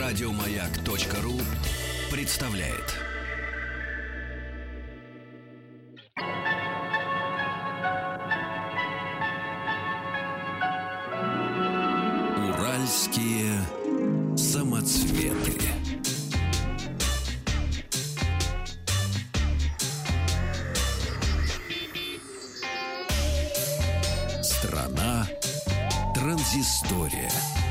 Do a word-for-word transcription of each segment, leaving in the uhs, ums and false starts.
Радиомаяк.ру представляет. Уральские самоцветы. Страна транзистория.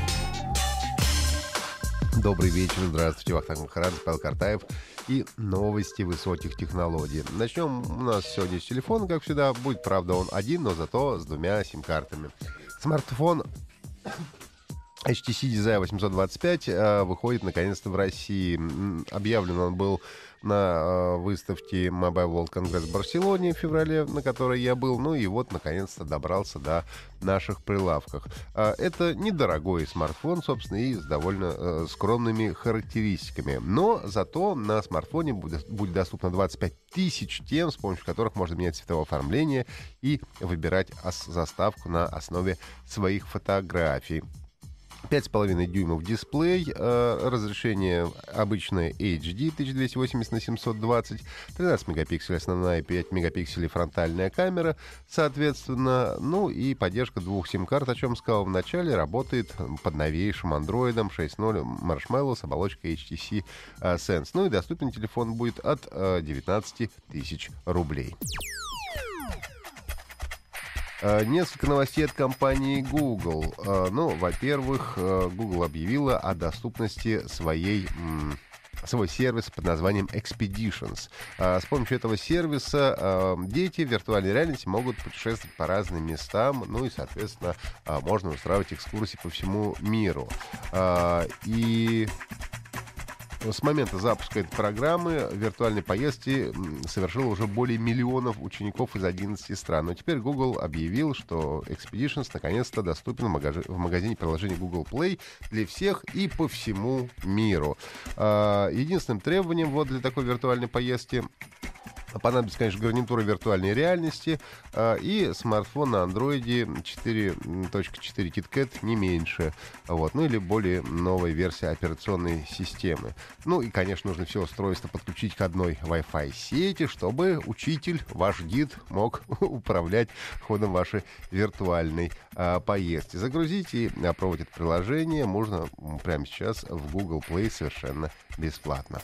Добрый вечер, здравствуйте, Вахтанг Махарадзе, Павел Картаев и новости высоких технологий. Начнем у нас сегодня с телефона, как всегда. Будет, правда, он один, но зато с двумя сим-картами. Смартфон эйч ти си Desire восемьсот двадцать пять э, выходит наконец-то в России. Объявлен он был на э, выставке Mobile World Congress в Барселоне в феврале, на которой я был. Ну и вот, наконец-то, добрался до наших прилавках. Э, это недорогой смартфон, собственно, и с довольно э, скромными характеристиками. Но зато на смартфоне будет, будет доступно двадцать пять тысяч тем, с помощью которых можно менять цветовое оформление и выбирать ос- заставку на основе своих фотографий. пять с половиной дюймов дисплей, э, разрешение обычное эйч ди тысяча двести восемьдесят на семьсот двадцать, тринадцать мегапикселей основная, пять мегапикселей фронтальная камера, соответственно, ну и поддержка двух сим-карт, о чем сказал в начале, работает под новейшим андроидом шесть ноль Marshmallow с оболочкой эйч ти си э, Sense. Ну и доступен телефон будет от э, девятнадцать тысяч рублей. Несколько новостей от компании Google. Ну, во-первых, Google объявила о доступности своей, своего сервиса под названием Expeditions. С помощью этого сервиса дети в виртуальной реальности могут путешествовать по разным местам, ну и, соответственно, можно устраивать экскурсии по всему миру. И с момента запуска этой программы виртуальной поездки совершило уже более миллионов учеников из одиннадцати стран. Но теперь Google объявил, что Expeditions наконец-то доступен в, магаз... в магазине приложений Google Play для всех и по всему миру. Единственным требованием вот для такой виртуальной поездки понадобится, конечно, гарнитура виртуальной реальности э, и смартфон на Android четыре точка четыре KitKat не меньше. Вот. Ну или более новая версия операционной системы. Ну и, конечно, нужно все устройство подключить к одной Wi-Fi сети, чтобы учитель, ваш гид, мог управлять ходом вашей виртуальной э, поездки. Загрузить и опробовать это приложение можно прямо сейчас в Google Play совершенно бесплатно.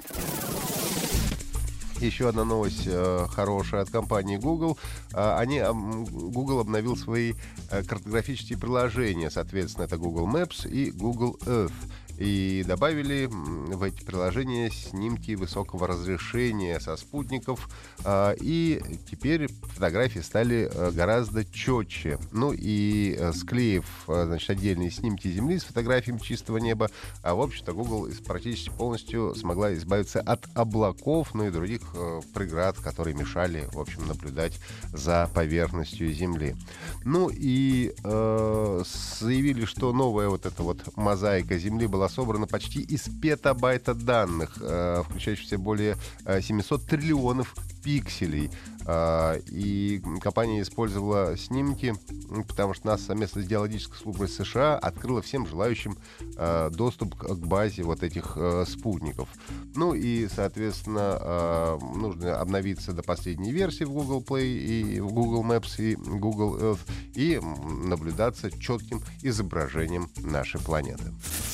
Еще одна новость э, хорошая от компании Google. Э, они, э, Google обновил свои э, картографические приложения. Соответственно, это Google Maps и Google Earth. И добавили в эти приложения снимки высокого разрешения со спутников. Э, и теперь фотографии стали э, гораздо четче. Ну и э, склеив э, значит, отдельные снимки Земли с фотографиями чистого неба, а, в общем-то, Google практически полностью смогла избавиться от облаков, ну и других э, преград, которые мешали, в общем, наблюдать за поверхностью Земли. Ну и э, заявили, что новая вот эта вот мозаика Земли была собрана почти из петабайта данных, э, включающих более э, семьсот триллионов пикселей. Uh, и компания использовала снимки, потому что НАСА совместно с геологической службой США открыла всем желающим uh, доступ к базе вот этих uh, спутников. Ну и, соответственно, uh, нужно обновиться до последней версии в Google Play и в Google Maps и Google Earth и наблюдаться четким изображением нашей планеты.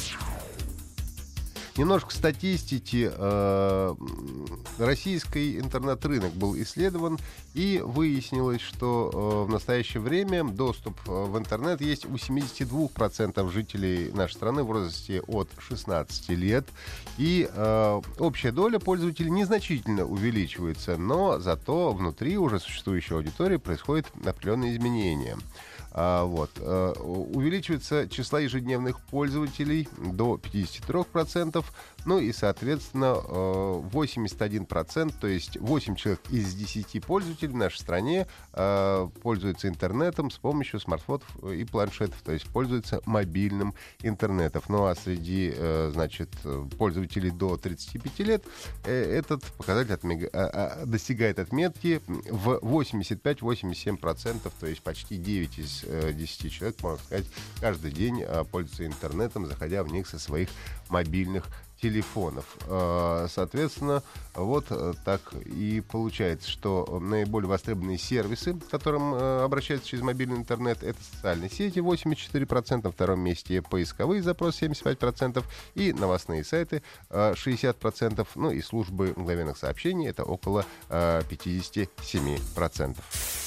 Немножко статистики. Российский интернет-рынок был исследован, и выяснилось, что в настоящее время доступ в интернет есть у семьдесят два процента жителей нашей страны в возрасте от шестнадцати лет. И общая доля пользователей незначительно увеличивается, но зато внутри уже существующей аудитории происходят определенные изменения. А, вот. А, увеличивается число ежедневных пользователей до пятьдесят три процента, ну и, соответственно, восемьдесят один процент, то есть восемь человек из десяти пользователей в нашей стране а, пользуются интернетом с помощью смартфонов и планшетов, то есть пользуются мобильным интернетом. Ну а среди, значит, пользователей до тридцати пяти лет этот показатель отмег... достигает отметки в восемьдесят пять - восемьдесят семь процентов, то есть почти девять из десяти человек, можно сказать, каждый день пользуются интернетом, заходя в них со своих мобильных телефонов. Соответственно, вот так и получается, что наиболее востребованные сервисы, к которым обращаются через мобильный интернет, это социальные сети восемьдесят четыре процента, на втором месте поисковые запросы семьдесят пять процентов и новостные сайты шестьдесят процентов, ну и службы мгновенных сообщений это около пятьдесят семь процентов.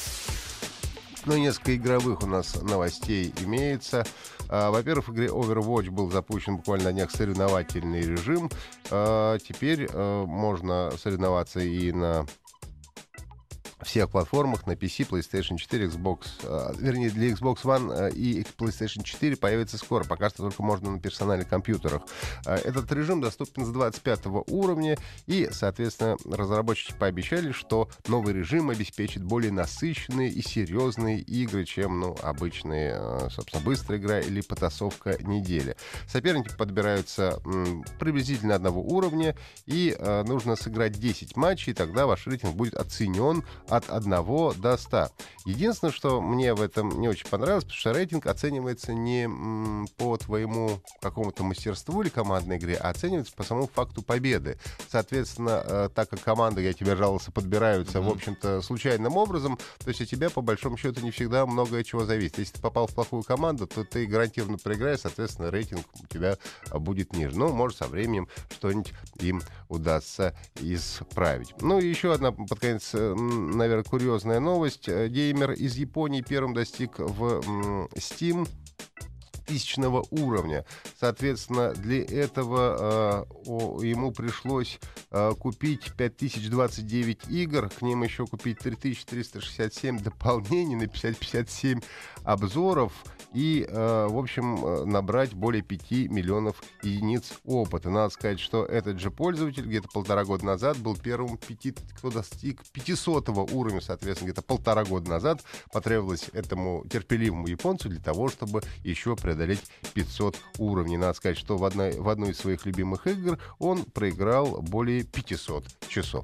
Ну и несколько игровых у нас новостей имеется. А, во-первых, в игре Overwatch был запущен буквально на днях соревновательный режим. А, теперь а, можно соревноваться и на всех платформах, на пи си, PlayStation четыре, Xbox, э, вернее, для Xbox One э, и PlayStation четыре появится скоро. Пока что только можно на персональных компьютерах. Э, этот режим доступен с двадцать пятого уровня, и, соответственно, разработчики пообещали, что новый режим обеспечит более насыщенные и серьезные игры, чем, ну, обычные, э, собственно, быстрая игра или потасовка недели. Соперники подбираются м, приблизительно одного уровня, и э, нужно сыграть десять матчей, и тогда ваш рейтинг будет оценен от одного до ста. Единственное, что мне в этом не очень понравилось, потому что рейтинг оценивается не м, по твоему какому-то мастерству или командной игре, а оценивается по самому факту победы. Соответственно, э, так как команды, я тебе жаловался, подбираются, mm-hmm. в общем-то, случайным образом, то есть от тебя, по большому счету, не всегда многое чего зависит. Если ты попал в плохую команду, то ты гарантированно проиграешь, соответственно, рейтинг у тебя будет ниже. Ну, может, со временем что-нибудь им удастся исправить. Ну, и еще одна, под конец, наверное, курьезная новость. Геймер из Японии первым достиг в Steam тысячного уровня. Соответственно, для этого э, о, ему пришлось э, купить пять тысяч двадцать девять игр, к ним еще купить три тысячи триста шестьдесят семь дополнений, написать пятьдесят семь обзоров и, э, в общем, набрать более пяти миллионов единиц опыта. Надо сказать, что этот же пользователь где-то полтора года назад был первым, пяти, кто достиг пятисотого уровня, соответственно, где-то полтора года назад потребовалось этому терпеливому японцу для того, чтобы еще преодолеть пятьсот уровней. Надо сказать, что в одной, в одной из своих любимых игр он проиграл более пятисот часов.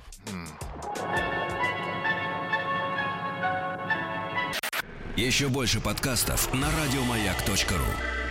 Еще больше подкастов на радиомаяк точка ру.